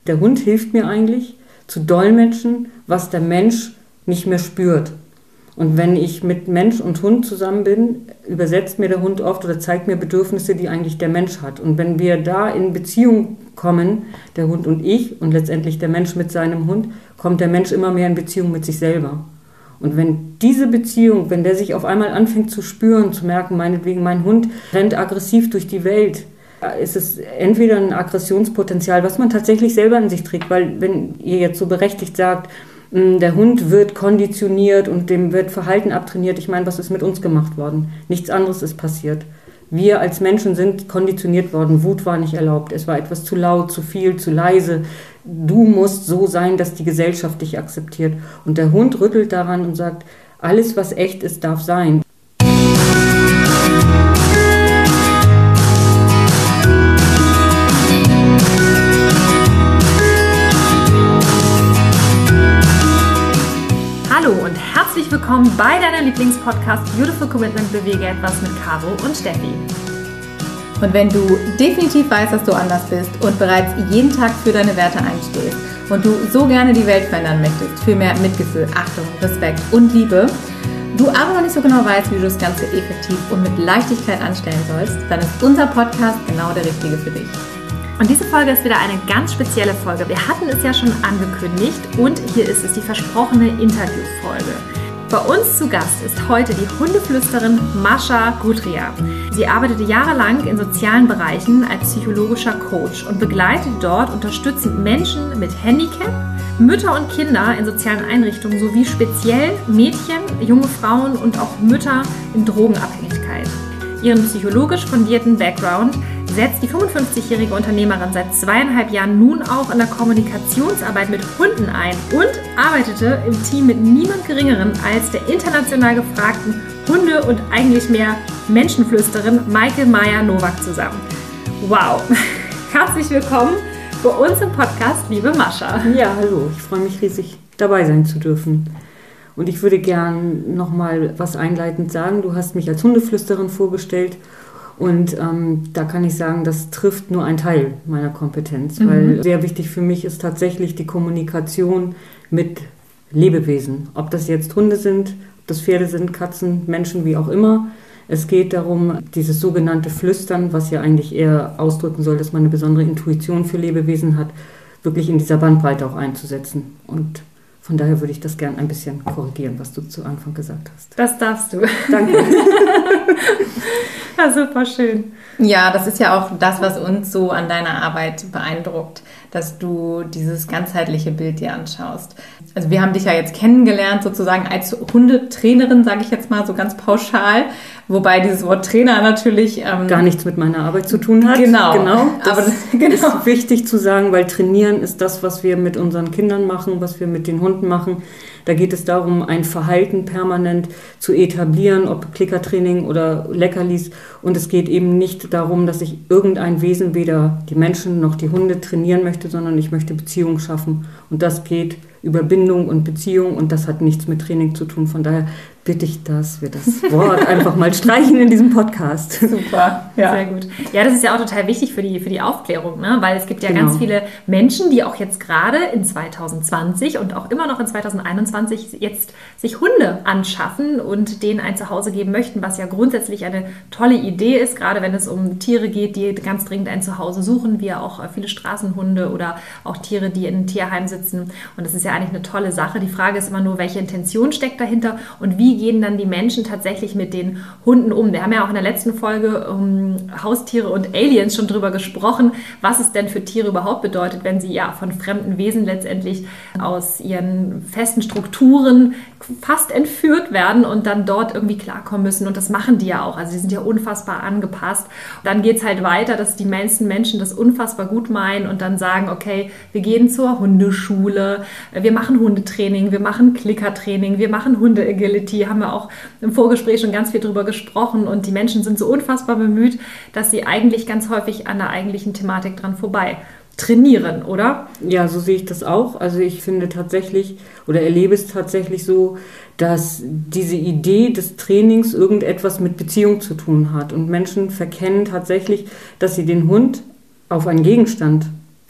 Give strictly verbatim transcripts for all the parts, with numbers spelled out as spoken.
Der Hund hilft mir eigentlich zu dolmetschen, was der Mensch nicht mehr spürt. Und wenn ich mit Mensch und Hund zusammen bin, übersetzt mir der Hund oft oder zeigt mir Bedürfnisse, die eigentlich der Mensch hat. Und wenn wir da in Beziehung kommen, der Hund und ich und letztendlich der Mensch mit seinem Hund, kommt der Mensch immer mehr in Beziehung mit sich selber. Und wenn diese Beziehung, wenn der sich auf einmal anfängt zu spüren, zu merken, meinetwegen mein Hund rennt aggressiv durch die Welt, ist es entweder ein Aggressionspotenzial, was man tatsächlich selber in sich trägt, weil wenn ihr jetzt so berechtigt sagt, der Hund wird konditioniert und dem wird Verhalten abtrainiert. Ich meine, was ist mit uns gemacht worden? Nichts anderes ist passiert. Wir als Menschen sind konditioniert worden. Wut war nicht erlaubt. Es war etwas zu laut, zu viel, zu leise. Du musst so sein, dass die Gesellschaft dich akzeptiert. Und der Hund rüttelt daran und sagt, alles, was echt ist, darf sein. Hallo und herzlich willkommen bei deiner Lieblingspodcast Beautiful Commitment Bewege etwas mit Caro und Steffi. Und wenn du definitiv weißt, dass du anders bist und bereits jeden Tag für deine Werte einstehst und du so gerne die Welt verändern möchtest, für mehr Mitgefühl, Achtung, Respekt und Liebe, du aber noch nicht so genau weißt, wie du das Ganze effektiv und mit Leichtigkeit anstellen sollst, dann ist unser Podcast genau der richtige für dich. Und diese Folge ist wieder eine ganz spezielle Folge. Wir hatten es ja schon angekündigt und hier ist es, die versprochene Interviewfolge. Bei uns zu Gast ist heute die Hundeflüsterin Mascha Gudria. Sie arbeitete jahrelang in sozialen Bereichen als psychologischer Coach und begleitet dort unterstützend Menschen mit Handicap, Mütter und Kinder in sozialen Einrichtungen sowie speziell Mädchen, junge Frauen und auch Mütter in Drogenabhängigkeit. Ihren psychologisch fundierten Background setzt die fünfundfünfzigjährige Unternehmerin seit zweieinhalb Jahren nun auch in der Kommunikationsarbeit mit Hunden ein und arbeitete im Team mit niemand Geringeren als der international gefragten Hunde- und eigentlich mehr Menschenflüsterin Maike Mayer-Nowak zusammen. Wow! Herzlich willkommen bei uns im Podcast, liebe Mascha. Ja, hallo, ich freue mich riesig, dabei sein zu dürfen. Und ich würde gern nochmal was einleitend sagen. Du hast mich als Hundeflüsterin vorgestellt. Und ähm, da kann ich sagen, das trifft nur einen Teil meiner Kompetenz, mhm. weil sehr wichtig für mich ist tatsächlich die Kommunikation mit Lebewesen. Ob das jetzt Hunde sind, ob das Pferde sind, Katzen, Menschen, wie auch immer. Es geht darum, dieses sogenannte Flüstern, was ja eigentlich eher ausdrücken soll, dass man eine besondere Intuition für Lebewesen hat, wirklich in dieser Bandbreite auch einzusetzen. Und von daher würde ich das gern ein bisschen korrigieren, was du zu Anfang gesagt hast. Das darfst du. Danke. Ja, super schön. Ja, das ist ja auch das, was uns so an deiner Arbeit beeindruckt, dass du dieses ganzheitliche Bild dir anschaust. Also wir haben dich ja jetzt kennengelernt sozusagen als Hundetrainerin, sage ich jetzt mal so ganz pauschal, wobei dieses Wort Trainer natürlich Ähm, gar nichts mit meiner Arbeit zu tun hat. Genau. genau. Das aber das, genau. ist wichtig zu sagen, weil Trainieren ist das, was wir mit unseren Kindern machen, was wir mit den Hunden machen. Da geht es darum, ein Verhalten permanent zu etablieren, ob Klickertraining oder Leckerlis. Und es geht eben nicht darum, dass ich irgendein Wesen, weder die Menschen noch die Hunde, trainieren möchte, sondern ich möchte Beziehungen schaffen. Und das geht über Bindung und Beziehung und das hat nichts mit Training zu tun. Von daher bitte ich, dass wir das Wort einfach mal streichen in diesem Podcast. Super, ja. Sehr gut. Ja, das ist ja auch total wichtig für die, für die Aufklärung, ne? Weil es gibt ja genau. ganz viele Menschen, die auch jetzt gerade in zwanzig zwanzig und auch immer noch in zwanzig einundzwanzig jetzt sich Hunde anschaffen und denen ein Zuhause geben möchten, was ja grundsätzlich eine tolle Idee ist, gerade wenn es um Tiere geht, die ganz dringend ein Zuhause suchen, wie ja auch viele Straßenhunde oder auch Tiere, die in Tierheim sitzen. Und das ist ja eigentlich eine tolle Sache. Die Frage ist immer nur, welche Intention steckt dahinter und wie gehen dann die Menschen tatsächlich mit den Hunden um. Wir haben ja auch in der letzten Folge um Haustiere und Aliens schon drüber gesprochen, was es denn für Tiere überhaupt bedeutet, wenn sie ja von fremden Wesen letztendlich aus ihren festen Strukturen fast entführt werden und dann dort irgendwie klarkommen müssen. Und das machen die ja auch. Also die sind ja unfassbar angepasst. Dann geht es halt weiter, dass die meisten Menschen das unfassbar gut meinen und dann sagen, okay, wir gehen zur Hundeschule, wir machen Hundetraining, wir machen Klickertraining, wir machen Hunde-Agility, haben wir auch im Vorgespräch schon ganz viel drüber gesprochen und die Menschen sind so unfassbar bemüht, dass sie eigentlich ganz häufig an der eigentlichen Thematik dran vorbei trainieren, oder? Ja, so sehe ich das auch. Also ich finde tatsächlich oder erlebe es tatsächlich so, dass diese Idee des Trainings irgendetwas mit Beziehung zu tun hat und Menschen verkennen tatsächlich, dass sie den Hund auf einen Gegenstand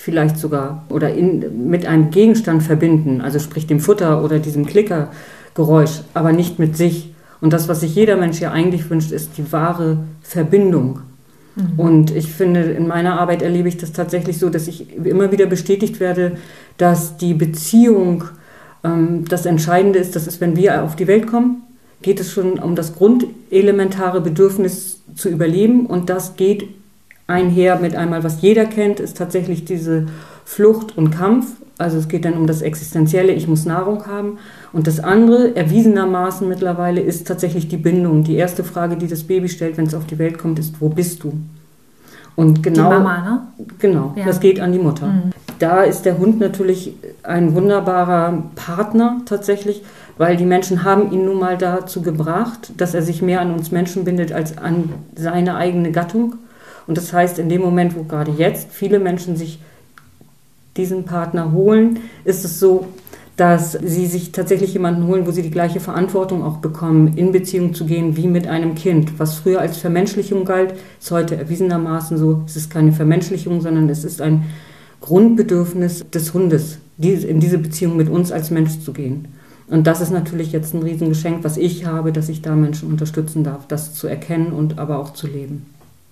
vielleicht sogar oder in, mit einem Gegenstand verbinden, also sprich dem Futter oder diesem Klickergeräusch, aber nicht mit sich. Und das, was sich jeder Mensch ja eigentlich wünscht, ist die wahre Verbindung. Mhm. Und ich finde, in meiner Arbeit erlebe ich das tatsächlich so, dass ich immer wieder bestätigt werde, dass die Beziehung ähm, das Entscheidende ist. Das ist, wenn wir auf die Welt kommen, geht es schon um das grundelementare Bedürfnis zu überleben. Und das geht einher mit einmal, was jeder kennt, ist tatsächlich diese Flucht und Kampf. Also es geht dann um das Existenzielle, ich muss Nahrung haben. Und das andere, erwiesenermaßen mittlerweile, ist tatsächlich die Bindung. Die erste Frage, die das Baby stellt, wenn es auf die Welt kommt, ist, wo bist du? Und genau, die Mama, ne? Genau, ja. Das geht an die Mutter. Mhm. Da ist der Hund natürlich ein wunderbarer Partner tatsächlich, weil die Menschen haben ihn nun mal dazu gebracht, dass er sich mehr an uns Menschen bindet als an seine eigene Gattung. Und das heißt, in dem Moment, wo gerade jetzt viele Menschen sich diesen Partner holen, ist es so, dass sie sich tatsächlich jemanden holen, wo sie die gleiche Verantwortung auch bekommen, in Beziehung zu gehen wie mit einem Kind. Was früher als Vermenschlichung galt, ist heute erwiesenermaßen so, es ist keine Vermenschlichung, sondern es ist ein Grundbedürfnis des Hundes, in diese Beziehung mit uns als Mensch zu gehen. Und das ist natürlich jetzt ein Riesengeschenk, was ich habe, dass ich da Menschen unterstützen darf, das zu erkennen und aber auch zu leben.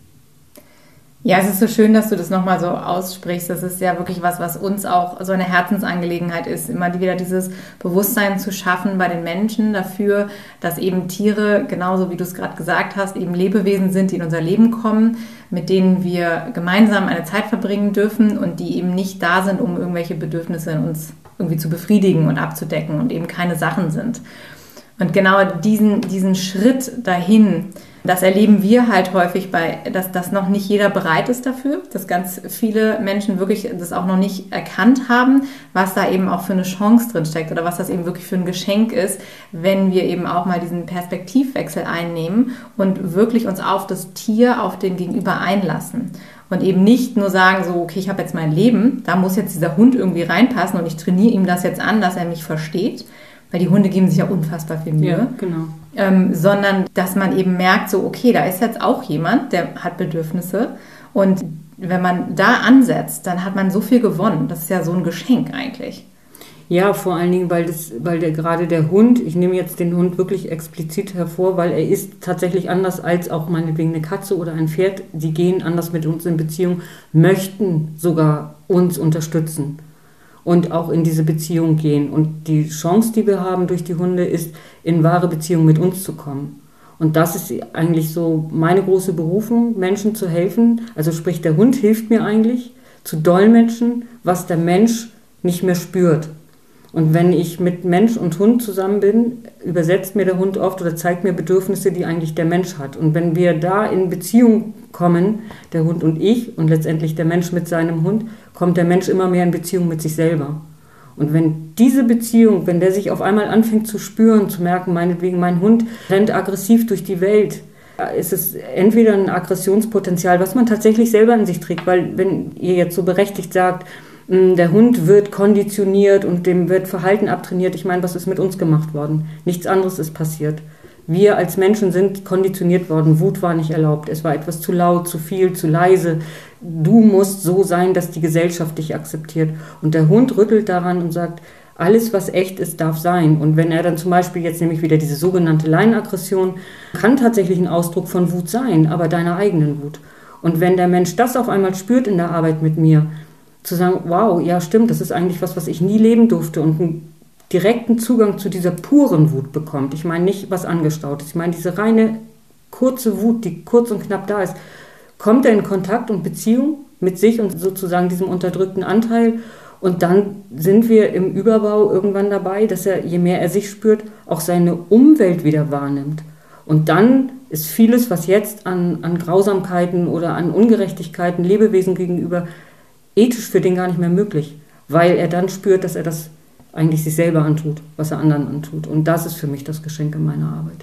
Ja, es ist so schön, dass du das nochmal so aussprichst. Das ist ja wirklich was, was uns auch so eine Herzensangelegenheit ist, immer wieder dieses Bewusstsein zu schaffen bei den Menschen dafür, dass eben Tiere, genauso wie du es gerade gesagt hast, eben Lebewesen sind, die in unser Leben kommen, mit denen wir gemeinsam eine Zeit verbringen dürfen und die eben nicht da sind, um irgendwelche Bedürfnisse in uns irgendwie zu befriedigen und abzudecken und eben keine Sachen sind. Und genau diesen, diesen Schritt dahin, das erleben wir halt häufig, bei, dass, dass noch nicht jeder bereit ist dafür, dass ganz viele Menschen wirklich das auch noch nicht erkannt haben, was da eben auch für eine Chance drin steckt oder was das eben wirklich für ein Geschenk ist, wenn wir eben auch mal diesen Perspektivwechsel einnehmen und wirklich uns auf das Tier, auf den Gegenüber einlassen. Und eben nicht nur sagen, so, okay, ich habe jetzt mein Leben, da muss jetzt dieser Hund irgendwie reinpassen und ich trainiere ihm das jetzt an, dass er mich versteht. Weil die Hunde geben sich ja unfassbar viel Mühe. Ja, genau. Ähm, sondern, dass man eben merkt, so, okay, da ist jetzt auch jemand, der hat Bedürfnisse. Und wenn man da ansetzt, dann hat man so viel gewonnen. Das ist ja so ein Geschenk eigentlich. Ja, vor allen Dingen, weil, das, weil der, gerade der Hund, ich nehme jetzt den Hund wirklich explizit hervor, weil er ist tatsächlich anders als auch meinetwegen eine Katze oder ein Pferd. Die gehen anders mit uns in Beziehung, möchten sogar uns unterstützen. Und auch in diese Beziehung gehen. Und die Chance, die wir haben durch die Hunde, ist, in wahre Beziehung mit uns zu kommen. Und das ist eigentlich so meine große Berufung, Menschen zu helfen. Also sprich, der Hund hilft mir eigentlich, zu dolmetschen, was der Mensch nicht mehr spürt. Und wenn ich mit Mensch und Hund zusammen bin, übersetzt mir der Hund oft oder zeigt mir Bedürfnisse, die eigentlich der Mensch hat. Und wenn wir da in Beziehung kommen, der Hund und ich und letztendlich der Mensch mit seinem Hund, kommt der Mensch immer mehr in Beziehung mit sich selber. Und wenn diese Beziehung, wenn der sich auf einmal anfängt zu spüren, zu merken, meinetwegen mein Hund rennt aggressiv durch die Welt, ist es entweder ein Aggressionspotenzial, was man tatsächlich selber in sich trägt, weil wenn ihr jetzt so berechtigt sagt, der Hund wird konditioniert und dem wird Verhalten abtrainiert. Ich meine, was ist mit uns gemacht worden? Nichts anderes ist passiert. Wir als Menschen sind konditioniert worden. Wut war nicht erlaubt. Es war etwas zu laut, zu viel, zu leise. Du musst so sein, dass die Gesellschaft dich akzeptiert. Und der Hund rüttelt daran und sagt, alles, was echt ist, darf sein. Und wenn er dann zum Beispiel jetzt nämlich wieder diese sogenannte Leinenaggression, kann tatsächlich ein Ausdruck von Wut sein, aber deiner eigenen Wut. Und wenn der Mensch das auf einmal spürt in der Arbeit mit mir, zu sagen, wow, ja stimmt, das ist eigentlich was, was ich nie leben durfte und einen direkten Zugang zu dieser puren Wut bekommt. Ich meine nicht was Angestautes, ich meine diese reine kurze Wut, die kurz und knapp da ist. Kommt er in Kontakt und Beziehung mit sich und sozusagen diesem unterdrückten Anteil und dann sind wir im Überbau irgendwann dabei, dass er, je mehr er sich spürt, auch seine Umwelt wieder wahrnimmt. Und dann ist vieles, was jetzt an, an Grausamkeiten oder an Ungerechtigkeiten Lebewesen gegenüber ethisch für den gar nicht mehr möglich, weil er dann spürt, dass er das eigentlich sich selber antut, was er anderen antut. Und das ist für mich das Geschenk in meiner Arbeit.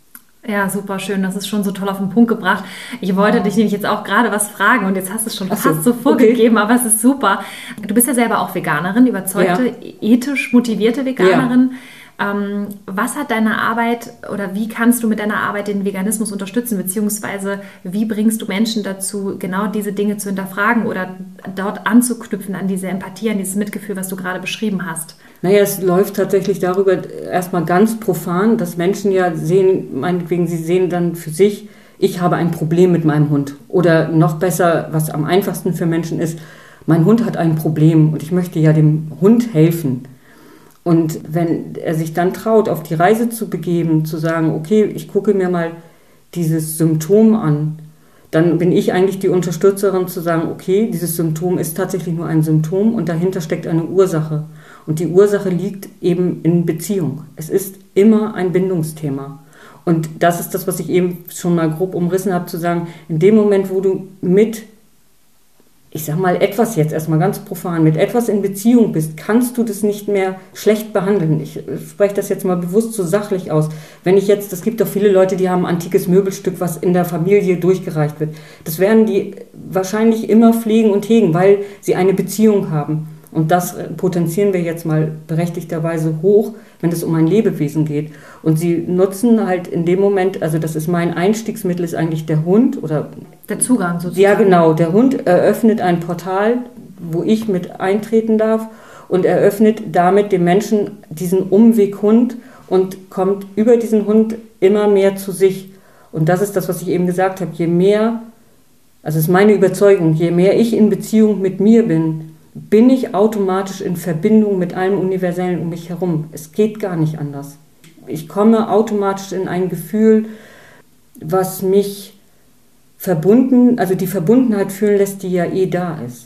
Ja, super schön. Das ist schon so toll auf den Punkt gebracht. Ich wollte ja. dich nämlich jetzt auch gerade was fragen und jetzt hast du es schon fast so, so vorgegeben, okay. Aber es ist super. Du bist ja selber auch Veganerin, überzeugte, ja. ethisch motivierte Veganerin. Ähm, was hat deine Arbeit oder wie kannst du mit deiner Arbeit den Veganismus unterstützen, beziehungsweise wie bringst du Menschen dazu, genau diese Dinge zu hinterfragen oder dort anzuknüpfen an diese Empathie, an dieses Mitgefühl, was du gerade beschrieben hast? Naja, es läuft tatsächlich darüber erstmal ganz profan, dass Menschen ja sehen, meinetwegen, sie sehen dann für sich, ich habe ein Problem mit meinem Hund. Oder noch besser, was am einfachsten für Menschen ist, mein Hund hat ein Problem und ich möchte ja dem Hund helfen. Und wenn er sich dann traut, auf die Reise zu begeben, zu sagen, okay, ich gucke mir mal dieses Symptom an, dann bin ich eigentlich die Unterstützerin zu sagen, okay, dieses Symptom ist tatsächlich nur ein Symptom und dahinter steckt eine Ursache. Und die Ursache liegt eben in Beziehung. Es ist immer ein Bindungsthema. Und das ist das, was ich eben schon mal grob umrissen habe, zu sagen, in dem Moment, wo du mit, ich sag mal etwas jetzt erstmal ganz profan, mit etwas in Beziehung bist, kannst du das nicht mehr schlecht behandeln. Ich spreche das jetzt mal bewusst so sachlich aus. Wenn ich jetzt, es gibt doch viele Leute, die haben ein antikes Möbelstück, was in der Familie durchgereicht wird. Das werden die wahrscheinlich immer pflegen und hegen, weil sie eine Beziehung haben. Und das potenzieren wir jetzt mal berechtigterweise hoch, wenn es um ein Lebewesen geht. Und sie nutzen halt in dem Moment, also das ist mein Einstiegsmittel, ist eigentlich der Hund oder der Zugang sozusagen. Ja, genau. Der Hund eröffnet ein Portal, wo ich mit eintreten darf und eröffnet damit dem Menschen diesen Umweg Hund und kommt über diesen Hund immer mehr zu sich. Und das ist das, was ich eben gesagt habe. Je mehr, also es ist meine Überzeugung, je mehr ich in Beziehung mit mir bin, bin ich automatisch in Verbindung mit allem Universellen um mich herum. Es geht gar nicht anders. Ich komme automatisch in ein Gefühl, was mich verbunden, also die Verbundenheit fühlen lässt, die ja eh da ist.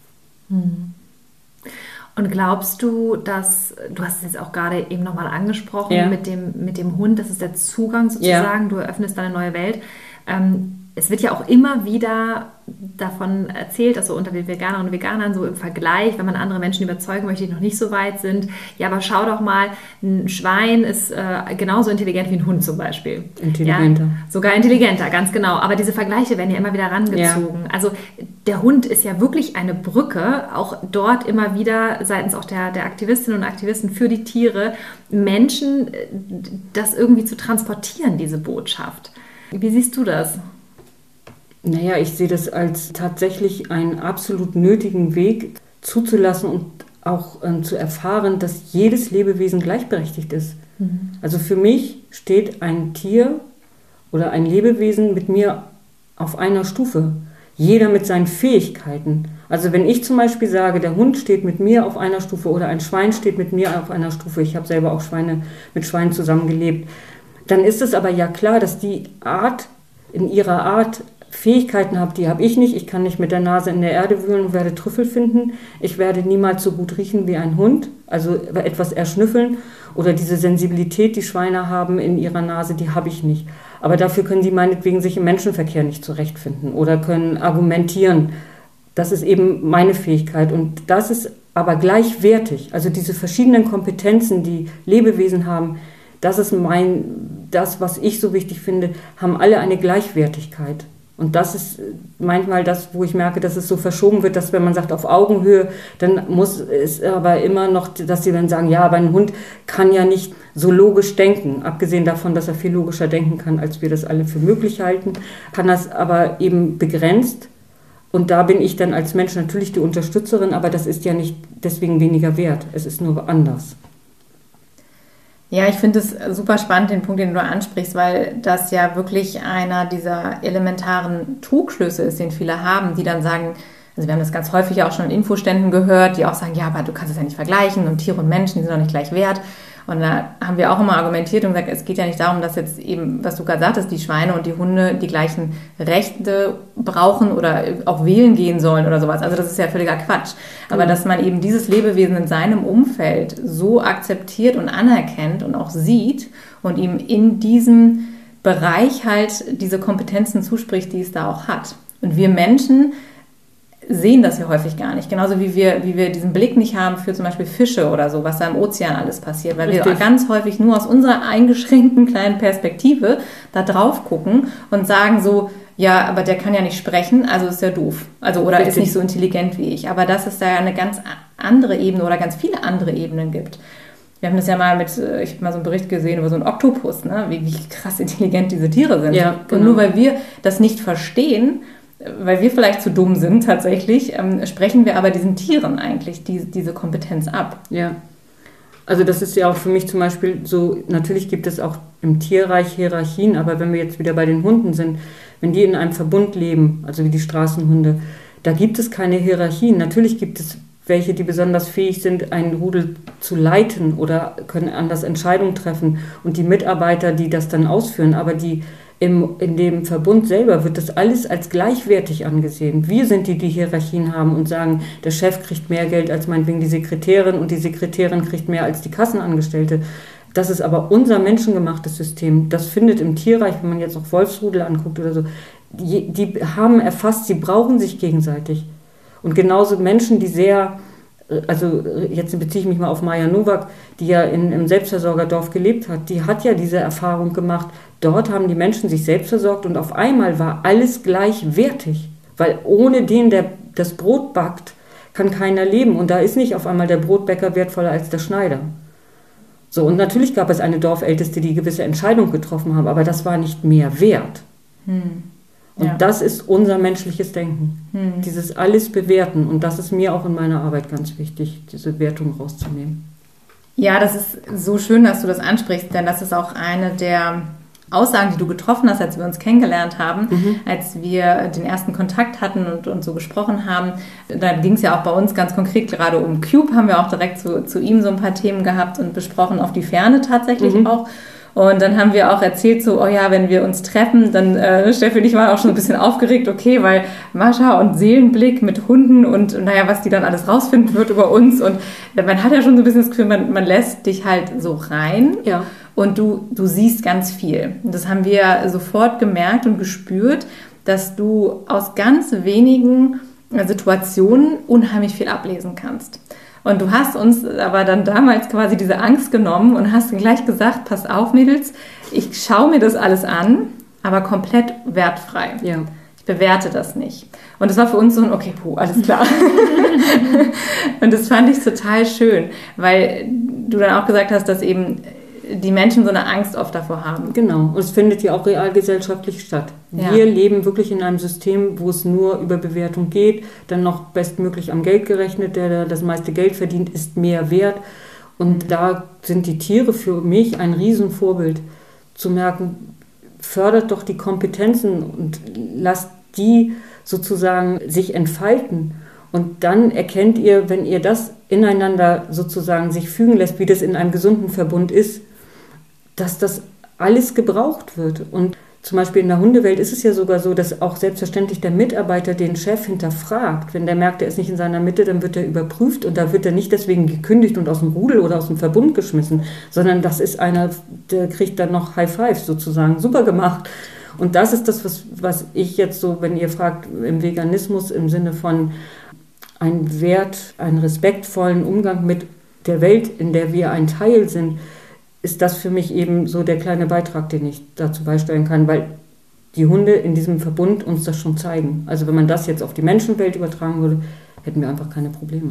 Und glaubst du, dass, du hast es jetzt auch gerade eben nochmal angesprochen, ja. mit dem, mit dem Hund, das ist der Zugang sozusagen, ja. Du eröffnest eine neue Welt. Ähm, es wird ja auch immer wieder davon erzählt, also unter den Veganern und Veganern so im Vergleich, wenn man andere Menschen überzeugen möchte, die noch nicht so weit sind. Ja, aber schau doch mal, ein Schwein ist äh, genauso intelligent wie ein Hund zum Beispiel. Intelligenter. Ja, sogar intelligenter, ganz genau. Aber diese Vergleiche werden ja immer wieder rangezogen. Ja. Also der Hund ist ja wirklich eine Brücke, auch dort immer wieder seitens auch der, der Aktivistinnen und Aktivisten für die Tiere, Menschen das irgendwie zu transportieren, diese Botschaft. Wie siehst du das? Naja, ich sehe das als tatsächlich einen absolut nötigen Weg zuzulassen und auch ähm, zu erfahren, dass jedes Lebewesen gleichberechtigt ist. Mhm. Also für mich steht ein Tier oder ein Lebewesen mit mir auf einer Stufe. Jeder mit seinen Fähigkeiten. Also wenn ich zum Beispiel sage, der Hund steht mit mir auf einer Stufe oder ein Schwein steht mit mir auf einer Stufe, ich habe selber auch Schweine mit Schweinen zusammengelebt, dann ist es aber ja klar, dass die Art in ihrer Art Fähigkeiten habe, die habe ich nicht. Ich kann nicht mit der Nase in der Erde wühlen und werde Trüffel finden. Ich werde niemals so gut riechen wie ein Hund, also etwas erschnüffeln. Oder diese Sensibilität, die Schweine haben in ihrer Nase, die habe ich nicht. Aber dafür können die meinetwegen sich im Menschenverkehr nicht zurechtfinden oder können argumentieren. Das ist eben meine Fähigkeit und das ist aber gleichwertig. Also diese verschiedenen Kompetenzen, die Lebewesen haben, das ist mein, das, was ich so wichtig finde, haben alle eine Gleichwertigkeit. Und das ist manchmal das, wo ich merke, dass es so verschoben wird, dass wenn man sagt auf Augenhöhe, dann muss es aber immer noch, dass sie dann sagen, ja, aber ein Hund kann ja nicht so logisch denken. Abgesehen davon, dass er viel logischer denken kann, als wir das alle für möglich halten, kann das aber eben begrenzt. Und da bin ich dann als Mensch natürlich die Unterstützerin, aber das ist ja nicht deswegen weniger wert. Es ist nur anders. Ja, ich finde es super spannend, den Punkt, den du ansprichst, weil das ja wirklich einer dieser elementaren Trugschlüsse ist, den viele haben, die dann sagen, also wir haben das ganz häufig auch schon in Infoständen gehört, die auch sagen, ja, aber du kannst es ja nicht vergleichen und Tiere und Menschen, die sind doch nicht gleich wert. Und da haben wir auch immer argumentiert und gesagt, es geht ja nicht darum, dass jetzt eben, was du gerade sagtest, die Schweine und die Hunde die gleichen Rechte brauchen oder auch wählen gehen sollen oder sowas. Also das ist ja völliger Quatsch. Aber mhm. dass man eben dieses Lebewesen in seinem Umfeld so akzeptiert und anerkennt und auch sieht und ihm in diesem Bereich halt diese Kompetenzen zuspricht, die es da auch hat. Und wir Menschen sehen das ja häufig gar nicht. Genauso wie wir, wie wir diesen Blick nicht haben für zum Beispiel Fische oder so, was da im Ozean alles passiert. Weil Richtig. wir ganz häufig nur aus unserer eingeschränkten kleinen Perspektive da drauf gucken und sagen so, ja, aber der kann ja nicht sprechen, also ist ja doof. Also oder Richtig. ist nicht so intelligent wie ich. Aber dass es da eine ganz andere Ebene oder ganz viele andere Ebenen gibt. Wir haben das ja mal mit, ich habe mal so einen Bericht gesehen über so einen Oktopus, ne? wie, wie krass intelligent diese Tiere sind. Ja, genau. Und nur weil wir das nicht verstehen, weil wir vielleicht zu dumm sind tatsächlich, ähm, sprechen wir aber diesen Tieren eigentlich die, diese Kompetenz ab. Ja, also das ist ja auch für mich zum Beispiel so, natürlich gibt es auch im Tierreich Hierarchien, aber wenn wir jetzt wieder bei den Hunden sind, wenn die in einem Verbund leben, also wie die Straßenhunde, da gibt es keine Hierarchien. Natürlich gibt es welche, die besonders fähig sind, einen Rudel zu leiten oder können anders Entscheidungen treffen und die Mitarbeiter, die das dann ausführen, aber die im, in dem Verbund selber wird das alles als gleichwertig angesehen. Wir sind die, die Hierarchien haben und sagen, der Chef kriegt mehr Geld als meinetwegen die Sekretärin und die Sekretärin kriegt mehr als die Kassenangestellte. Das ist aber unser menschengemachtes System. Das findet im Tierreich, wenn man jetzt auch Wolfsrudel anguckt oder so, die, die haben erfasst, sie brauchen sich gegenseitig. Und genauso Menschen, die sehr, also jetzt beziehe ich mich mal auf Maja Nowak, die ja in, im Selbstversorgerdorf gelebt hat, die hat ja diese Erfahrung gemacht. Dort haben die Menschen sich selbst versorgt und auf einmal war alles gleichwertig. Weil ohne den, der das Brot backt, kann keiner leben. Und da ist nicht auf einmal der Brotbäcker wertvoller als der Schneider. So, und natürlich gab es eine Dorfälteste, die gewisse Entscheidungen getroffen haben, aber das war nicht mehr wert. Hm. Und ja. Das ist unser menschliches Denken. Hm. Dieses alles bewerten. Und das ist mir auch in meiner Arbeit ganz wichtig, diese Wertung rauszunehmen. Ja, das ist so schön, dass du das ansprichst, denn das ist auch eine der Aussagen, die du getroffen hast, als wir uns kennengelernt haben, mhm. als wir den ersten Kontakt hatten und, und so gesprochen haben. Da ging es ja auch bei uns ganz konkret gerade um Cube, haben wir auch direkt zu, zu ihm so ein paar Themen gehabt und besprochen, auf die Ferne tatsächlich mhm. auch. Und dann haben wir auch erzählt so, oh ja, wenn wir uns treffen, dann, äh, Steffi und ich waren auch schon ein bisschen aufgeregt, okay, weil Mascha und Seelenblick mit Hunden und naja, was die dann alles rausfinden wird über uns. Und man hat ja schon so ein bisschen das Gefühl, man, man lässt dich halt so rein ja. und du, du siehst ganz viel. Und das haben wir sofort gemerkt und gespürt, dass du aus ganz wenigen Situationen unheimlich viel ablesen kannst. Und du hast uns aber dann damals quasi diese Angst genommen und hast gleich gesagt, pass auf Mädels, ich schaue mir das alles an, aber komplett wertfrei. Ja. Ich bewerte das nicht. Und das war für uns so ein, okay, puh, alles klar. Und das fand ich total schön, weil du dann auch gesagt hast, dass eben die Menschen so eine Angst oft davor haben. Genau, und es findet ja auch realgesellschaftlich statt. Ja. Wir leben wirklich in einem System, wo es nur über Bewertung geht, dann noch bestmöglich am Geld gerechnet, der das meiste Geld verdient, ist mehr wert. Und mhm. da sind die Tiere für mich ein Riesenvorbild, zu merken, fördert doch die Kompetenzen und lasst die sozusagen sich entfalten. Und dann erkennt ihr, wenn ihr das ineinander sozusagen sich fügen lässt, wie das in einem gesunden Verbund ist, dass das alles gebraucht wird. Und zum Beispiel in der Hundewelt ist es ja sogar so, dass auch selbstverständlich der Mitarbeiter den Chef hinterfragt. Wenn der merkt, er ist nicht in seiner Mitte, dann wird er überprüft und da wird er nicht deswegen gekündigt und aus dem Rudel oder aus dem Verbund geschmissen, sondern das ist einer, der kriegt dann noch High Five sozusagen. Super gemacht. Und das ist das, was, was ich jetzt so, wenn ihr fragt, im Veganismus im Sinne von einen Wert, einen respektvollen Umgang mit der Welt, in der wir ein Teil sind, ist das für mich eben so der kleine Beitrag, den ich dazu beisteuern kann, weil die Hunde in diesem Verbund uns das schon zeigen. Also wenn man das jetzt auf die Menschenwelt übertragen würde, hätten wir einfach keine Probleme.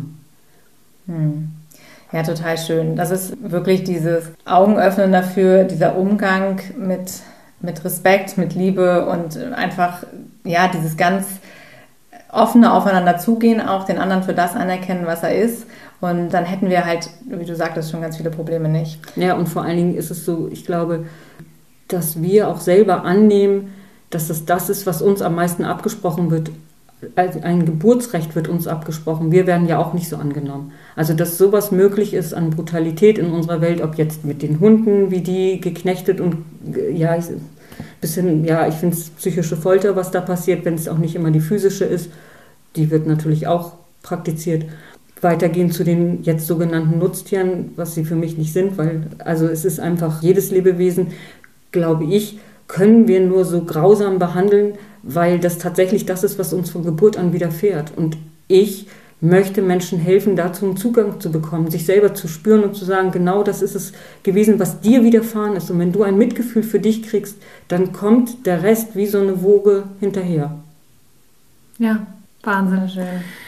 Hm. Ja, total schön. Das ist wirklich dieses Augenöffnen dafür, dieser Umgang mit, mit Respekt, mit Liebe und einfach, ja, dieses ganz offene Aufeinander zugehen, auch den anderen für das anerkennen, was er ist. Und dann hätten wir halt, wie du sagtest, schon ganz viele Probleme nicht. Ja, und vor allen Dingen ist es so, ich glaube, dass wir auch selber annehmen, dass das das ist, was uns am meisten abgesprochen wird. Ein Geburtsrecht wird uns abgesprochen. Wir werden ja auch nicht so angenommen. Also, dass sowas möglich ist an Brutalität in unserer Welt, ob jetzt mit den Hunden, wie die geknechtet und, ja, ich, bisschen, ja, ich finde es psychische Folter, was da passiert, wenn es auch nicht immer die physische ist. Die wird natürlich auch praktiziert. Weitergehen zu den jetzt sogenannten Nutztieren, was sie für mich nicht sind, weil also es ist einfach, jedes Lebewesen, glaube ich, können wir nur so grausam behandeln, weil das tatsächlich das ist, was uns von Geburt an widerfährt. Und ich möchte Menschen helfen, dazu einen Zugang zu bekommen, sich selber zu spüren und zu sagen, genau das ist es gewesen, was dir widerfahren ist. Und wenn du ein Mitgefühl für dich kriegst, dann kommt der Rest wie so eine Woge hinterher. Ja, Wahnsinn schön.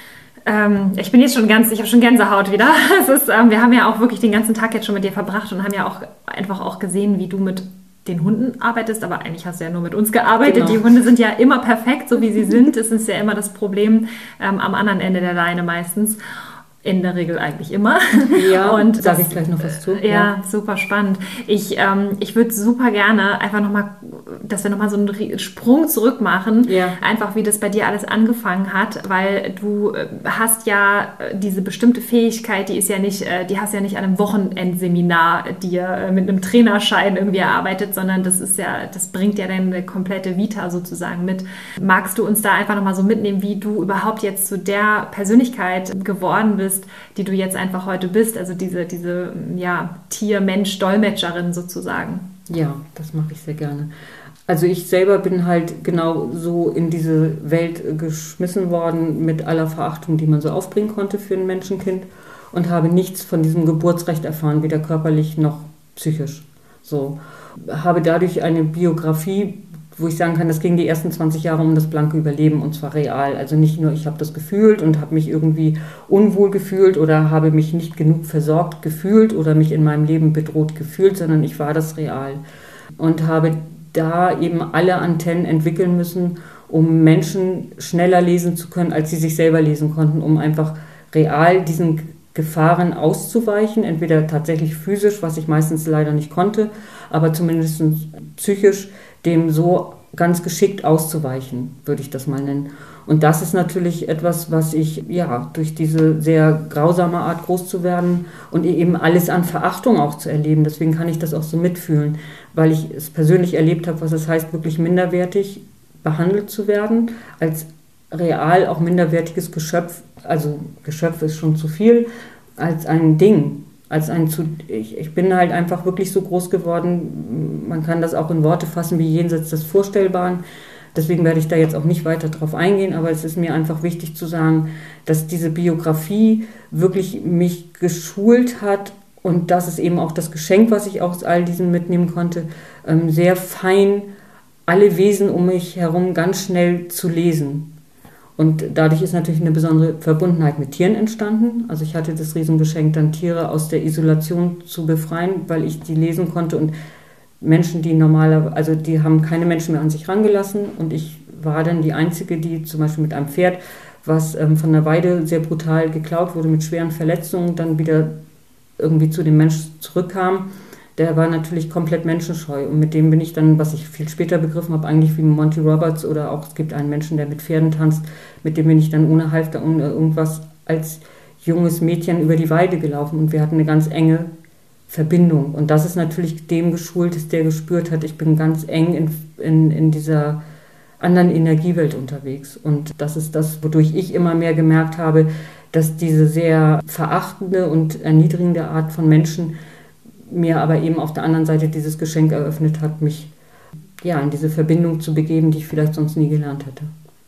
Ähm, ich bin jetzt schon ganz, ich habe schon Gänsehaut wieder. Es ist, ähm, wir haben ja auch wirklich den ganzen Tag jetzt schon mit dir verbracht und haben ja auch einfach auch gesehen, wie du mit den Hunden arbeitest, aber eigentlich hast du ja nur mit uns gearbeitet. Genau. Die Hunde sind ja immer perfekt, so wie sie sind. Es ist ja immer das Problem ähm, am anderen Ende der Leine meistens. In der Regel eigentlich immer. Ja, und sage ich gleich noch was zu. Ja, ja. Super spannend. Ich, ähm, ich würde super gerne einfach nochmal, dass wir nochmal so einen Sprung zurück machen, ja. Einfach wie das bei dir alles angefangen hat, weil du hast ja diese bestimmte Fähigkeit, die ist ja nicht, die hast ja nicht an einem Wochenendseminar dir mit einem Trainerschein irgendwie erarbeitet, sondern das ist ja, das bringt ja deine komplette Vita sozusagen mit. Magst du uns da einfach nochmal so mitnehmen, wie du überhaupt jetzt zu der Persönlichkeit geworden bist, die du jetzt einfach heute bist, also diese, diese ja, Tier-Mensch-Dolmetscherin sozusagen. Ja, das mache ich sehr gerne. Also ich selber bin halt genau so in diese Welt geschmissen worden mit aller Verachtung, die man so aufbringen konnte für ein Menschenkind und habe nichts von diesem Geburtsrecht erfahren, weder körperlich noch psychisch. So. Habe dadurch eine Biografie, wo ich sagen kann, das ging die ersten zwanzig Jahre um das blanke Überleben und zwar real. Also nicht nur, ich habe das gefühlt und habe mich irgendwie unwohl gefühlt oder habe mich nicht genug versorgt gefühlt oder mich in meinem Leben bedroht gefühlt, sondern ich war das real. Und habe da eben alle Antennen entwickeln müssen, um Menschen schneller lesen zu können, als sie sich selber lesen konnten, um einfach real diesen Gefahren auszuweichen, entweder tatsächlich physisch, was ich meistens leider nicht konnte, aber zumindest psychisch, dem so ganz geschickt auszuweichen, würde ich das mal nennen. Und das ist natürlich etwas, was ich, ja, durch diese sehr grausame Art groß zu werden und eben alles an Verachtung auch zu erleben, deswegen kann ich das auch so mitfühlen, weil ich es persönlich erlebt habe, was es heißt, wirklich minderwertig behandelt zu werden, als real auch minderwertiges Geschöpf, also Geschöpf ist schon zu viel, als ein Ding. Als ein zu, ich, ich bin halt einfach wirklich so groß geworden, man kann das auch in Worte fassen, wie jenseits des Vorstellbaren. Deswegen werde ich da jetzt auch nicht weiter drauf eingehen, aber es ist mir einfach wichtig zu sagen, dass diese Biografie wirklich mich geschult hat und das ist eben auch das Geschenk, was ich aus all diesem mitnehmen konnte, sehr fein alle Wesen um mich herum ganz schnell zu lesen. Und dadurch ist natürlich eine besondere Verbundenheit mit Tieren entstanden. Also ich hatte das Riesengeschenk, dann Tiere aus der Isolation zu befreien, weil ich die lesen konnte. Und Menschen, die normalerweise, also die haben keine Menschen mehr an sich rangelassen. Und ich war dann die Einzige, die zum Beispiel mit einem Pferd, was ähm, von der Weide sehr brutal geklaut wurde, mit schweren Verletzungen, dann wieder irgendwie zu dem Menschen zurückkam. Der war natürlich komplett menschenscheu und mit dem bin ich dann, was ich viel später begriffen habe, eigentlich wie Monty Roberts oder auch es gibt einen Menschen, der mit Pferden tanzt, mit dem bin ich dann ohne Halfter, ohne irgendwas als junges Mädchen über die Weide gelaufen und wir hatten eine ganz enge Verbindung und das ist natürlich dem geschult, dass der gespürt hat, ich bin ganz eng in, in, in dieser anderen Energiewelt unterwegs und das ist das, wodurch ich immer mehr gemerkt habe, dass diese sehr verachtende und erniedrigende Art von Menschen mir aber eben auf der anderen Seite dieses Geschenk eröffnet hat, mich ja, in diese Verbindung zu begeben, die ich vielleicht sonst nie gelernt hätte.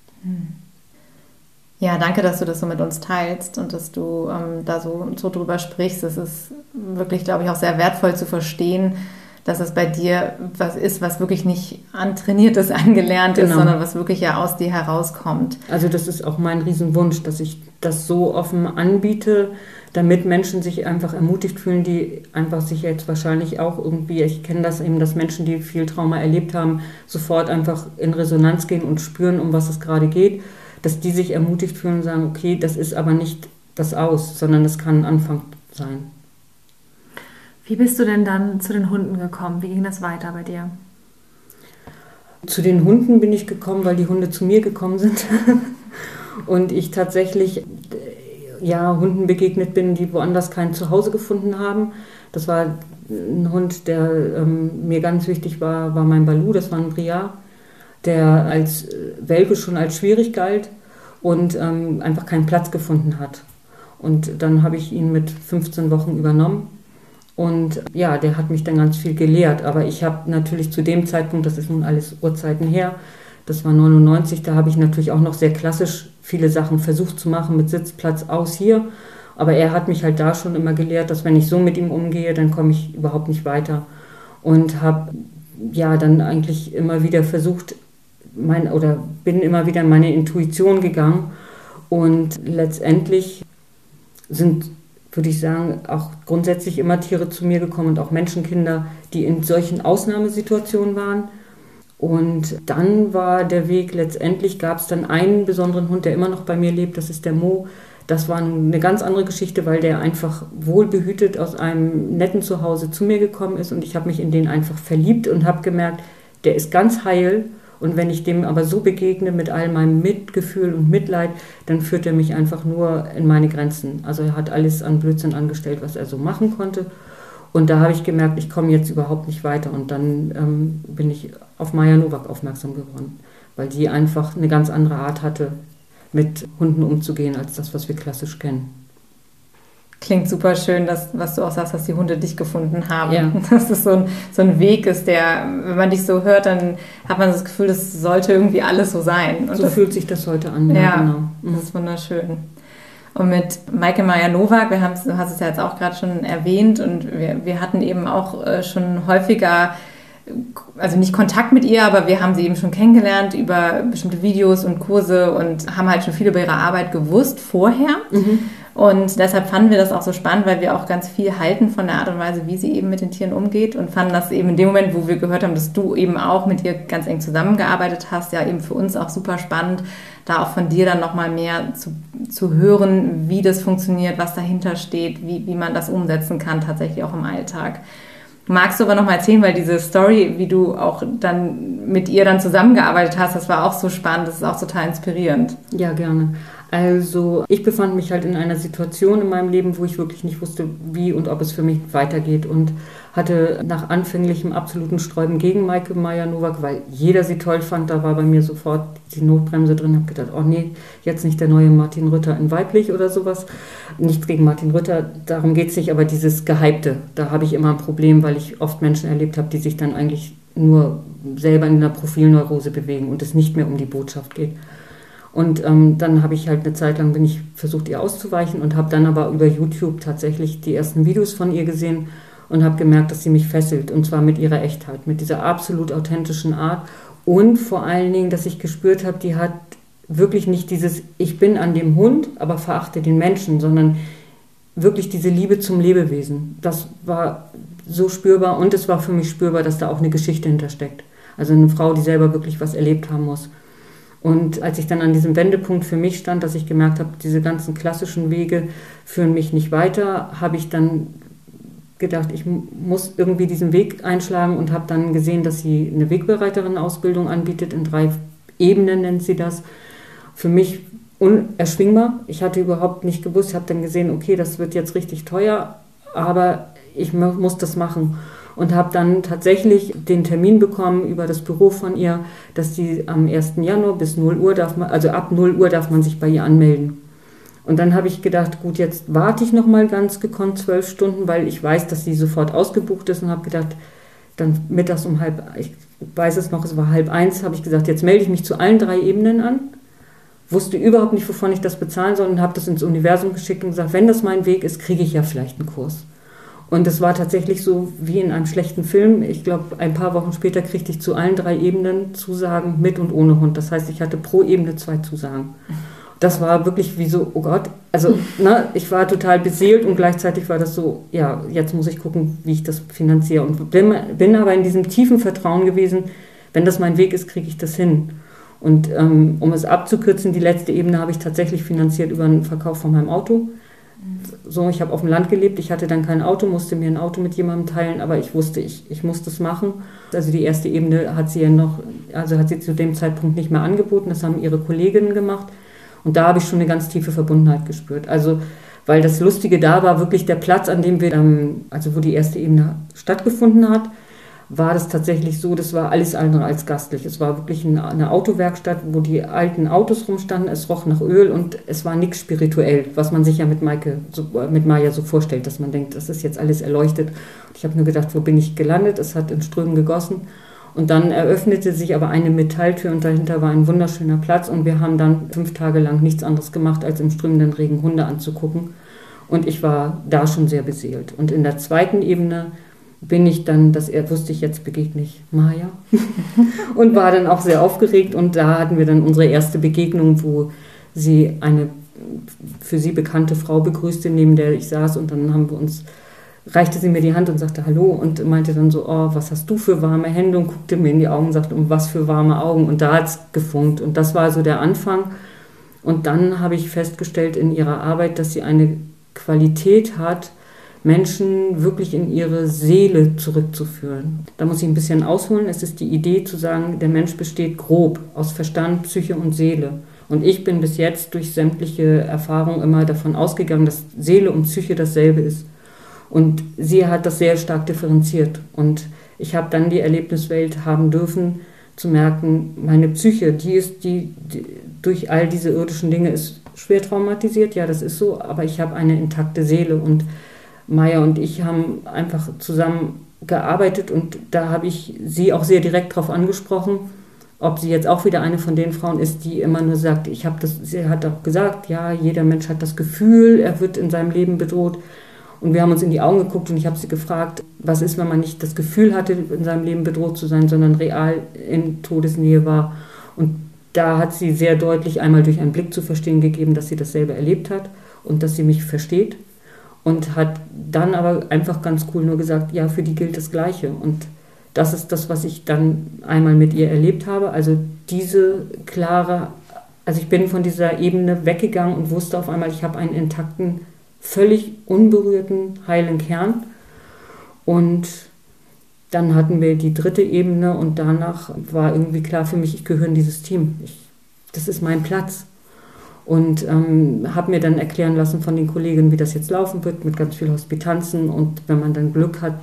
Ja, danke, dass du das so mit uns teilst und dass du ähm, da so, so drüber sprichst. Es ist wirklich, glaube ich, auch sehr wertvoll zu verstehen, dass es bei dir was ist, was wirklich nicht antrainiertes, angelernt genau. ist, sondern was wirklich ja aus dir herauskommt. Also das ist auch mein Riesenwunsch, dass ich das so offen anbiete, damit Menschen sich einfach ermutigt fühlen, die einfach sich jetzt wahrscheinlich auch irgendwie, ich kenne das eben, dass Menschen, die viel Trauma erlebt haben, sofort einfach in Resonanz gehen und spüren, um was es gerade geht, dass die sich ermutigt fühlen und sagen, okay, das ist aber nicht das Aus, sondern es kann ein Anfang sein. Wie bist du denn dann zu den Hunden gekommen? Wie ging das weiter bei dir? Zu den Hunden bin ich gekommen, weil die Hunde zu mir gekommen sind und ich tatsächlich ja, Hunden begegnet bin, die woanders kein Zuhause gefunden haben. Das war ein Hund, der ähm, mir ganz wichtig war, war mein Balu, das war ein Briard, der als Welpe schon als schwierig galt und ähm, einfach keinen Platz gefunden hat. Und dann habe ich ihn mit fünfzehn Wochen übernommen und ja, der hat mich dann ganz viel gelehrt, aber ich habe natürlich zu dem Zeitpunkt, das ist nun alles Urzeiten her, das war neunundneunzig, da habe ich natürlich auch noch sehr klassisch viele Sachen versucht zu machen mit Sitzplatz aus hier. Aber er hat mich halt da schon immer gelehrt, dass wenn ich so mit ihm umgehe, dann komme ich überhaupt nicht weiter. Und habe ja dann eigentlich immer wieder versucht, mein, oder bin immer wieder in meine Intuition gegangen Und letztendlich sind, würde ich sagen, auch grundsätzlich immer Tiere zu mir gekommen und auch Menschenkinder, die in solchen Ausnahmesituationen waren. Und dann war der Weg, letztendlich gab es dann einen besonderen Hund, der immer noch bei mir lebt, das ist der Mo. Das war eine ganz andere Geschichte, weil der einfach wohlbehütet aus einem netten Zuhause zu mir gekommen ist und ich habe mich in den einfach verliebt und habe gemerkt, der ist ganz heil. Und wenn ich dem aber so begegne mit all meinem Mitgefühl und Mitleid, dann führt er mich einfach nur in meine Grenzen. Also er hat alles an Blödsinn angestellt, was er so machen konnte. Und da habe ich gemerkt, ich komme jetzt überhaupt nicht weiter. Und dann ähm, bin ich auf Maja Nowak aufmerksam geworden, weil die einfach eine ganz andere Art hatte, mit Hunden umzugehen, als das, was wir klassisch kennen. Klingt super schön, dass, was du auch sagst, dass die Hunde dich gefunden haben. Ja. Dass es so ein, so ein Weg ist, der, wenn man dich so hört, dann hat man das Gefühl, das sollte irgendwie alles so sein. Und so das, fühlt sich das heute an. Ja, ja, genau. Mhm. Das ist wunderschön. Und mit Maike Maja Nowak, wir haben, du hast es ja jetzt auch gerade schon erwähnt und wir, wir hatten eben auch schon häufiger, also nicht Kontakt mit ihr, aber wir haben sie eben schon kennengelernt über bestimmte Videos und Kurse und haben halt schon viel über ihre Arbeit gewusst vorher. Mhm. Und deshalb fanden wir das auch so spannend, weil wir auch ganz viel halten von der Art und Weise, wie sie eben mit den Tieren umgeht und fanden das eben in dem Moment, wo wir gehört haben, dass du eben auch mit ihr ganz eng zusammengearbeitet hast, ja eben für uns auch super spannend, da auch von dir dann nochmal mehr zu, zu hören, wie das funktioniert, was dahinter steht, wie, wie man das umsetzen kann, tatsächlich auch im Alltag. Magst du aber nochmal erzählen, weil diese Story, wie du auch dann mit ihr dann zusammengearbeitet hast, das war auch so spannend, das ist auch total inspirierend. Ja, gerne. Also ich befand mich halt in einer Situation in meinem Leben, wo ich wirklich nicht wusste, wie und ob es für mich weitergeht und hatte nach anfänglichem absoluten Sträuben gegen Maike Maja Nowak, weil jeder sie toll fand, da war bei mir sofort die Notbremse drin, habe gedacht, oh nee, jetzt nicht der neue Martin Rütter in weiblich oder sowas. Nichts gegen Martin Rütter, darum geht es nicht, aber dieses Gehypte, da habe ich immer ein Problem, weil ich oft Menschen erlebt habe, die sich dann eigentlich nur selber in einer Profilneurose bewegen und es nicht mehr um die Botschaft geht. Und ähm, dann habe ich halt eine Zeit lang bin ich versucht, ihr auszuweichen und habe dann aber über YouTube tatsächlich die ersten Videos von ihr gesehen und habe gemerkt, dass sie mich fesselt und zwar mit ihrer Echtheit, mit dieser absolut authentischen Art und vor allen Dingen, dass ich gespürt habe, die hat wirklich nicht dieses ich bin an dem Hund, aber verachte den Menschen, sondern wirklich diese Liebe zum Lebewesen. Das war so spürbar und es war für mich spürbar, dass da auch eine Geschichte hintersteckt. Also eine Frau, die selber wirklich was erlebt haben muss. Und als ich dann an diesem Wendepunkt für mich stand, dass ich gemerkt habe, diese ganzen klassischen Wege führen mich nicht weiter, habe ich dann gedacht, ich muss irgendwie diesen Weg einschlagen und habe dann gesehen, dass sie eine Wegbereiterin-Ausbildung anbietet, in drei Ebenen nennt sie das. Für mich unerschwingbar. Ich hatte überhaupt nicht gewusst, habe dann gesehen, okay, das wird jetzt richtig teuer, aber ich muss das machen. Und habe dann tatsächlich den Termin bekommen über das Büro von ihr, dass sie am ersten Januar bis null Uhr darf man, also ab null Uhr darf man sich bei ihr anmelden. Und dann habe ich gedacht, gut, jetzt warte ich nochmal ganz gekonnt zwölf Stunden, weil ich weiß, dass sie sofort ausgebucht ist und habe gedacht, dann mittags um halb, ich weiß es noch, es war halb eins, habe ich gesagt, jetzt melde ich mich zu allen drei Ebenen an. Wusste überhaupt nicht, wovon ich das bezahlen soll und habe das ins Universum geschickt und gesagt, wenn das mein Weg ist, kriege ich ja vielleicht einen Kurs. Und es war tatsächlich so wie in einem schlechten Film. Ich glaube, ein paar Wochen später kriegte ich zu allen drei Ebenen Zusagen mit und ohne Hund. Das heißt, ich hatte pro Ebene zwei Zusagen. Das war wirklich wie so, oh Gott, also ne, ich war total beseelt und gleichzeitig war das so, ja, jetzt muss ich gucken, wie ich das finanziere. Und bin, bin aber in diesem tiefen Vertrauen gewesen, wenn das mein Weg ist, kriege ich das hin. Und ähm, um es abzukürzen, die letzte Ebene habe ich tatsächlich finanziert über den Verkauf von meinem Auto. So, ich habe auf dem Land gelebt, ich hatte dann kein Auto, musste mir ein Auto mit jemandem teilen, aber ich wusste, ich, ich muss das machen. Also die erste Ebene hat sie ja noch, also hat sie zu dem Zeitpunkt nicht mehr angeboten, das haben ihre Kolleginnen gemacht und da habe ich schon eine ganz tiefe Verbundenheit gespürt. Also, weil das Lustige da war, wirklich der Platz, an dem wir, ähm, also wo die erste Ebene stattgefunden hat, war das tatsächlich so, das war alles andere als gastlich. Es war wirklich eine, eine Autowerkstatt, wo die alten Autos rumstanden, es roch nach Öl und es war nichts spirituell, was man sich ja mit Maike, so, mit Maja so vorstellt, dass man denkt, das ist jetzt alles erleuchtet. Und ich habe nur gedacht, wo bin ich gelandet? Es hat in Strömen gegossen. Und dann eröffnete sich aber eine Metalltür und dahinter war ein wunderschöner Platz und wir haben dann fünf Tage lang nichts anderes gemacht, als im strömenden Regen Hunde anzugucken. Und ich war da schon sehr beseelt. Und in der zweiten Ebene bin ich dann, dass er wusste ich, jetzt begegne ich Maja und war dann auch sehr aufgeregt und da hatten wir dann unsere erste Begegnung, wo sie eine für sie bekannte Frau begrüßte, neben der ich saß, und dann haben wir uns, reichte sie mir die Hand und sagte Hallo und meinte dann so, oh, was hast du für warme Hände, und guckte mir in die Augen und sagte, um was für warme Augen, und da hat es gefunkt, und das war so der Anfang. Und dann habe ich festgestellt in ihrer Arbeit, dass sie eine Qualität hat, Menschen wirklich in ihre Seele zurückzuführen. Da muss ich ein bisschen ausholen. Es ist die Idee zu sagen, der Mensch besteht grob aus Verstand, Psyche und Seele. Und ich bin bis jetzt durch sämtliche Erfahrungen immer davon ausgegangen, dass Seele und Psyche dasselbe ist. Und sie hat das sehr stark differenziert. Und ich habe dann die Erlebniswelt haben dürfen, zu merken, meine Psyche, die ist die, die durch all diese irdischen Dinge ist schwer traumatisiert, ja, das ist so, aber ich habe eine intakte Seele, und Maya und ich haben einfach zusammen gearbeitet, und da habe ich sie auch sehr direkt darauf angesprochen, ob sie jetzt auch wieder eine von den Frauen ist, die immer nur sagt, ich habe das, sie hat auch gesagt, ja, jeder Mensch hat das Gefühl, er wird in seinem Leben bedroht. Und wir haben uns in die Augen geguckt und ich habe sie gefragt, was ist, wenn man nicht das Gefühl hatte, in seinem Leben bedroht zu sein, sondern real in Todesnähe war. Und da hat sie sehr deutlich einmal durch einen Blick zu verstehen gegeben, dass sie das selber erlebt hat und dass sie mich versteht. Und hat dann aber einfach ganz cool nur gesagt, ja, für die gilt das Gleiche. Und das ist das, was ich dann einmal mit ihr erlebt habe. Also diese klare, also ich bin von dieser Ebene weggegangen und wusste auf einmal, ich habe einen intakten, völlig unberührten, heilen Kern. Und dann hatten wir die dritte Ebene, und danach war irgendwie klar für mich, ich gehöre in dieses Team. Ich, das ist mein Platz. Und ähm, habe mir dann erklären lassen von den Kollegen, wie das jetzt laufen wird, mit ganz vielen Hospitanzen. Und wenn man dann Glück hat,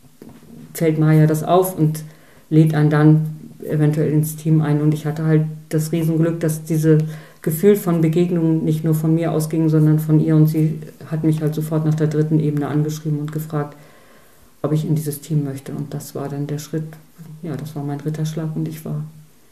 fällt Maya das auf und lädt einen dann eventuell ins Team ein. Und ich hatte halt das Riesenglück, dass dieses Gefühl von Begegnungen nicht nur von mir ausging, sondern von ihr. Und sie hat mich halt sofort nach der dritten Ebene angeschrieben und gefragt, ob ich in dieses Team möchte. Und das war dann der Schritt, ja, das war mein Ritterschlag, und ich war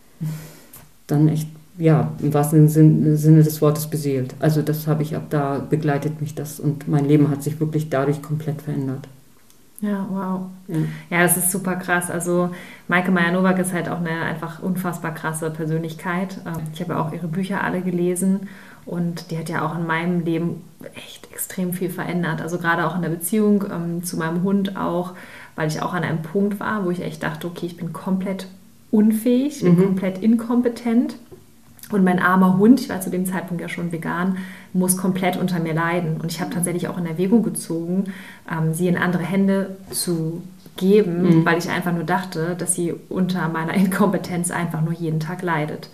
dann echt, ja, im wahrsten Sinne des Wortes beseelt. Also das habe ich, ab da begleitet mich das, und mein Leben hat sich wirklich dadurch komplett verändert. Ja, wow. Ja. ja, das ist super krass. Also Maike Mayer-Nowak ist halt auch eine einfach unfassbar krasse Persönlichkeit. Ich habe auch ihre Bücher alle gelesen, und die hat ja auch in meinem Leben echt extrem viel verändert. Also gerade auch in der Beziehung ähm, zu meinem Hund auch, weil ich auch an einem Punkt war, wo ich echt dachte, okay, ich bin komplett unfähig, ich bin mhm. komplett inkompetent. Und mein armer Hund, ich war zu dem Zeitpunkt ja schon vegan, muss komplett unter mir leiden. Und ich habe tatsächlich auch in Erwägung gezogen, ähm, sie in andere Hände zu geben, mhm. weil ich einfach nur dachte, dass sie unter meiner Inkompetenz einfach nur jeden Tag leidet.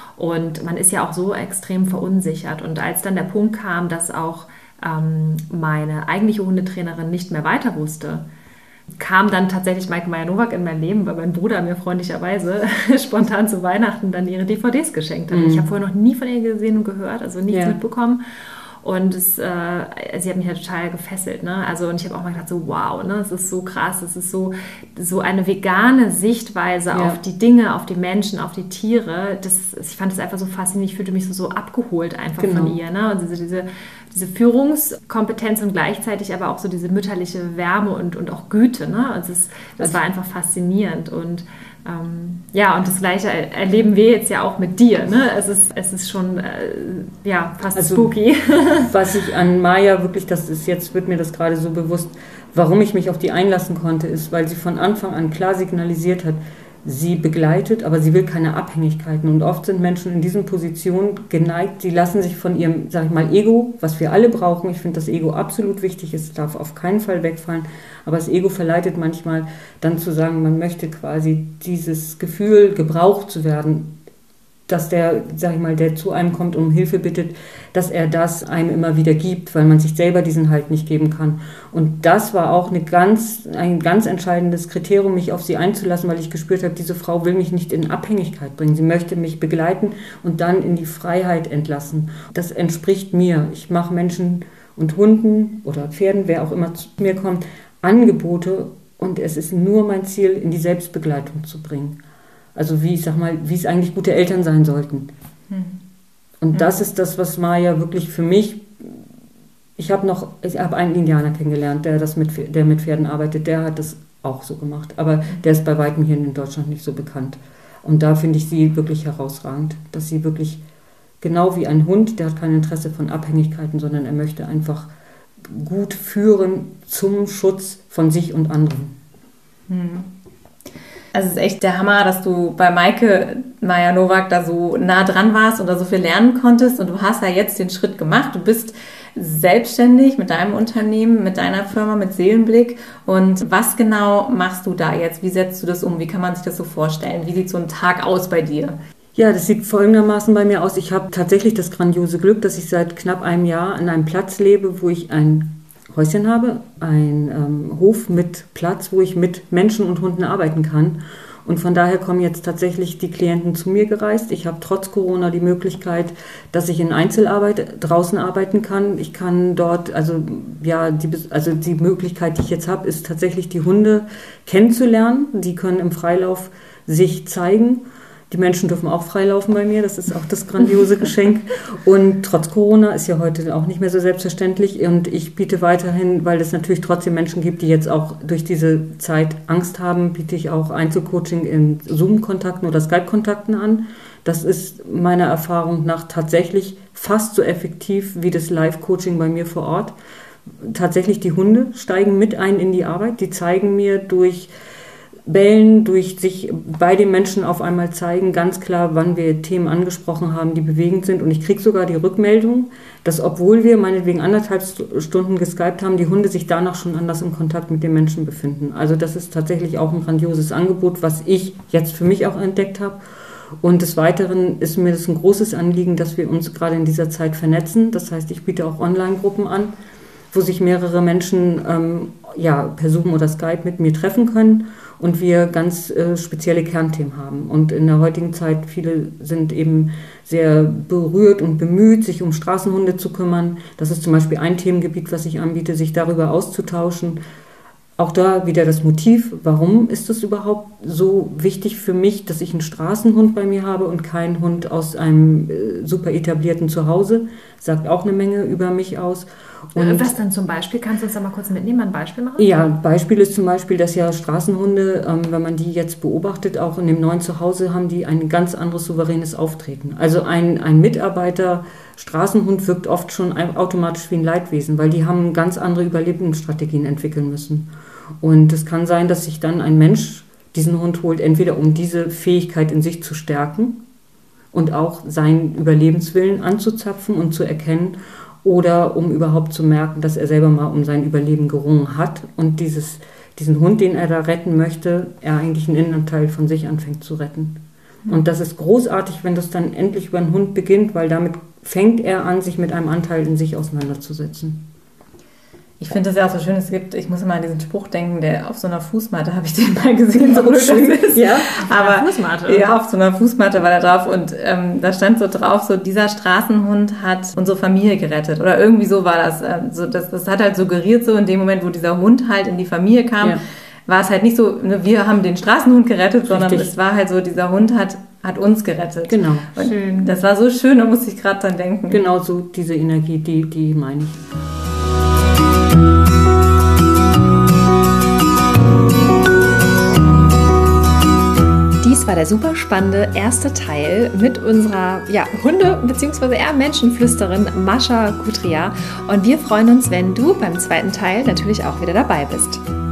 Und man ist ja auch so extrem verunsichert. Und als dann der Punkt kam, dass auch ähm, meine eigentliche Hundetrainerin nicht mehr weiter wusste, kam dann tatsächlich Maike Mayer-Nowak in mein Leben, weil mein Bruder mir freundlicherweise spontan zu Weihnachten dann ihre D V Ds geschenkt hat. Mhm. Ich habe vorher noch nie von ihr gesehen und gehört, also nichts ja. mitbekommen. Und es, äh, sie hat mich ja total gefesselt. Ne? Also, und ich habe auch mal gedacht, so wow, ne? Es ist so krass, es ist so, so eine vegane Sichtweise ja. auf die Dinge, auf die Menschen, auf die Tiere. Das, ich fand das einfach so faszinierend, ich fühlte mich so, so abgeholt einfach genau. von ihr. Ne? Und diese, diese, diese Führungskompetenz und gleichzeitig aber auch so diese mütterliche Wärme und, und auch Güte. Ne? Also das, das war einfach faszinierend. Und Ähm, ja, und das Gleiche erleben wir jetzt ja auch mit dir. Ne? Es ist, es ist schon äh, ja, fast also, spooky. Was ich an Maya wirklich, das ist jetzt, wird mir das gerade so bewusst, warum ich mich auf die einlassen konnte, ist, weil sie von Anfang an klar signalisiert hat, sie begleitet, aber sie will keine Abhängigkeiten. Und oft sind Menschen in diesen Positionen geneigt, sie lassen sich von ihrem, sag ich mal, Ego, was wir alle brauchen, ich finde das Ego absolut wichtig, es darf auf keinen Fall wegfallen, aber das Ego verleitet manchmal dann zu sagen, man möchte quasi dieses Gefühl, gebraucht zu werden, dass der, sag ich mal, der zu einem kommt und um Hilfe bittet, dass er das einem immer wieder gibt, weil man sich selber diesen Halt nicht geben kann. Und das war auch eine ganz, ein ganz entscheidendes Kriterium, mich auf sie einzulassen, weil ich gespürt habe, diese Frau will mich nicht in Abhängigkeit bringen. Sie möchte mich begleiten und dann in die Freiheit entlassen. Das entspricht mir. Ich mache Menschen und Hunden oder Pferden, wer auch immer zu mir kommt, Angebote, und es ist nur mein Ziel, in die Selbstbegleitung zu bringen. Also wie, ich sag mal, wie es eigentlich gute Eltern sein sollten. Hm. Und ja. das ist das, was Maya wirklich für mich, ich habe noch, ich habe einen Indianer kennengelernt, der das mit, der mit Pferden arbeitet, der hat das auch so gemacht, aber der ist bei weitem hier in Deutschland nicht so bekannt. Und da finde ich sie wirklich herausragend, dass sie wirklich genau wie ein Hund, der hat kein Interesse von Abhängigkeiten, sondern er möchte einfach gut führen zum Schutz von sich und anderen. Hm. Also es ist echt der Hammer, dass du bei Maike Mayer-Nowak da so nah dran warst und da so viel lernen konntest und du hast ja jetzt den Schritt gemacht. Du bist selbstständig mit deinem Unternehmen, mit deiner Firma, mit Seelenblick. Und was genau machst du da jetzt? Wie setzt du das um? Wie kann man sich das so vorstellen? Wie sieht so ein Tag aus bei dir? Ja, das sieht folgendermaßen bei mir aus. Ich habe tatsächlich das grandiose Glück, dass ich seit knapp einem Jahr an einem Platz lebe, wo ich ein Häuschen habe, ein ähm, Hof mit Platz, wo ich mit Menschen und Hunden arbeiten kann. Und von daher kommen jetzt tatsächlich die Klienten zu mir gereist. Ich habe trotz Corona die Möglichkeit, dass ich in Einzelarbeit draußen arbeiten kann. Ich kann dort, also ja, die, also die Möglichkeit, die ich jetzt habe, ist tatsächlich die Hunde kennenzulernen. Die können im Freilauf sich zeigen. Die Menschen dürfen auch freilaufen bei mir, das ist auch das grandiose Geschenk. Und trotz Corona ist ja heute auch nicht mehr so selbstverständlich. Und ich biete weiterhin, weil es natürlich trotzdem Menschen gibt, die jetzt auch durch diese Zeit Angst haben, biete ich auch Einzelcoaching in Zoom-Kontakten oder Skype-Kontakten an. Das ist meiner Erfahrung nach tatsächlich fast so effektiv wie das Live-Coaching bei mir vor Ort. Tatsächlich die Hunde steigen mit ein in die Arbeit, die zeigen mir durch Bellen, durch sich bei den Menschen auf einmal zeigen, ganz klar, wann wir Themen angesprochen haben, die bewegend sind. Und ich kriege sogar die Rückmeldung, dass obwohl wir meinetwegen anderthalb Stunden geskypt haben, die Hunde sich danach schon anders im Kontakt mit den Menschen befinden. Also das ist tatsächlich auch ein grandioses Angebot, was ich jetzt für mich auch entdeckt habe. Und des Weiteren ist mir das ein großes Anliegen, dass wir uns gerade in dieser Zeit vernetzen. Das heißt, ich biete auch Online-Gruppen an, wo sich mehrere Menschen ähm, ja, per Zoom oder Skype mit mir treffen können und wir ganz äh, spezielle Kernthemen haben. Und in der heutigen Zeit, viele sind eben sehr berührt und bemüht, sich um Straßenhunde zu kümmern. Das ist zum Beispiel ein Themengebiet, was ich anbiete, sich darüber auszutauschen. Auch da wieder das Motiv, warum ist es überhaupt so wichtig für mich, dass ich einen Straßenhund bei mir habe und keinen Hund aus einem äh, super etablierten Zuhause. Sagt auch eine Menge über mich aus. Und was dann zum Beispiel? Kannst du uns da mal kurz mitnehmen, ein Beispiel machen? Ja, Beispiel ist zum Beispiel, dass ja Straßenhunde, ähm, wenn man die jetzt beobachtet, auch in dem neuen Zuhause haben die ein ganz anderes souveränes Auftreten. Also ein, ein Mitarbeiter Straßenhund wirkt oft schon automatisch wie ein Leidwesen, weil die haben ganz andere Überlebensstrategien entwickeln müssen. Und es kann sein, dass sich dann ein Mensch diesen Hund holt, entweder um diese Fähigkeit in sich zu stärken und auch seinen Überlebenswillen anzuzapfen und zu erkennen, oder um überhaupt zu merken, dass er selber mal um sein Überleben gerungen hat und dieses, diesen Hund, den er da retten möchte, er eigentlich einen Innenteil von sich anfängt zu retten. Und das ist großartig, wenn das dann endlich über einen Hund beginnt, weil damit fängt er an, sich mit einem Anteil in sich auseinanderzusetzen. Ich finde das ja auch so schön, es gibt, ich muss immer an diesen Spruch denken, der auf so einer Fußmatte, habe ich den mal gesehen, so schön ist. Ja, aber Fußmatte. Ja, auf so einer Fußmatte war da drauf und ähm, da stand so drauf, so dieser Straßenhund hat unsere Familie gerettet oder irgendwie so war das. Ähm, so, das, das hat halt suggeriert so in dem Moment, wo dieser Hund halt in die Familie kam, ja. War es halt nicht so, ne, wir haben den Straßenhund gerettet, sondern Richtig. Es war halt so, dieser Hund hat, hat uns gerettet. Genau. Und schön. Das war so schön, da musste ich gerade dran denken. Genau so diese Energie, die, die meine ich. Dies war der super spannende erste Teil mit unserer ja, Hunde- bzw. eher Menschenflüsterin Mascha Kutria. Und wir freuen uns, wenn du beim zweiten Teil natürlich auch wieder dabei bist.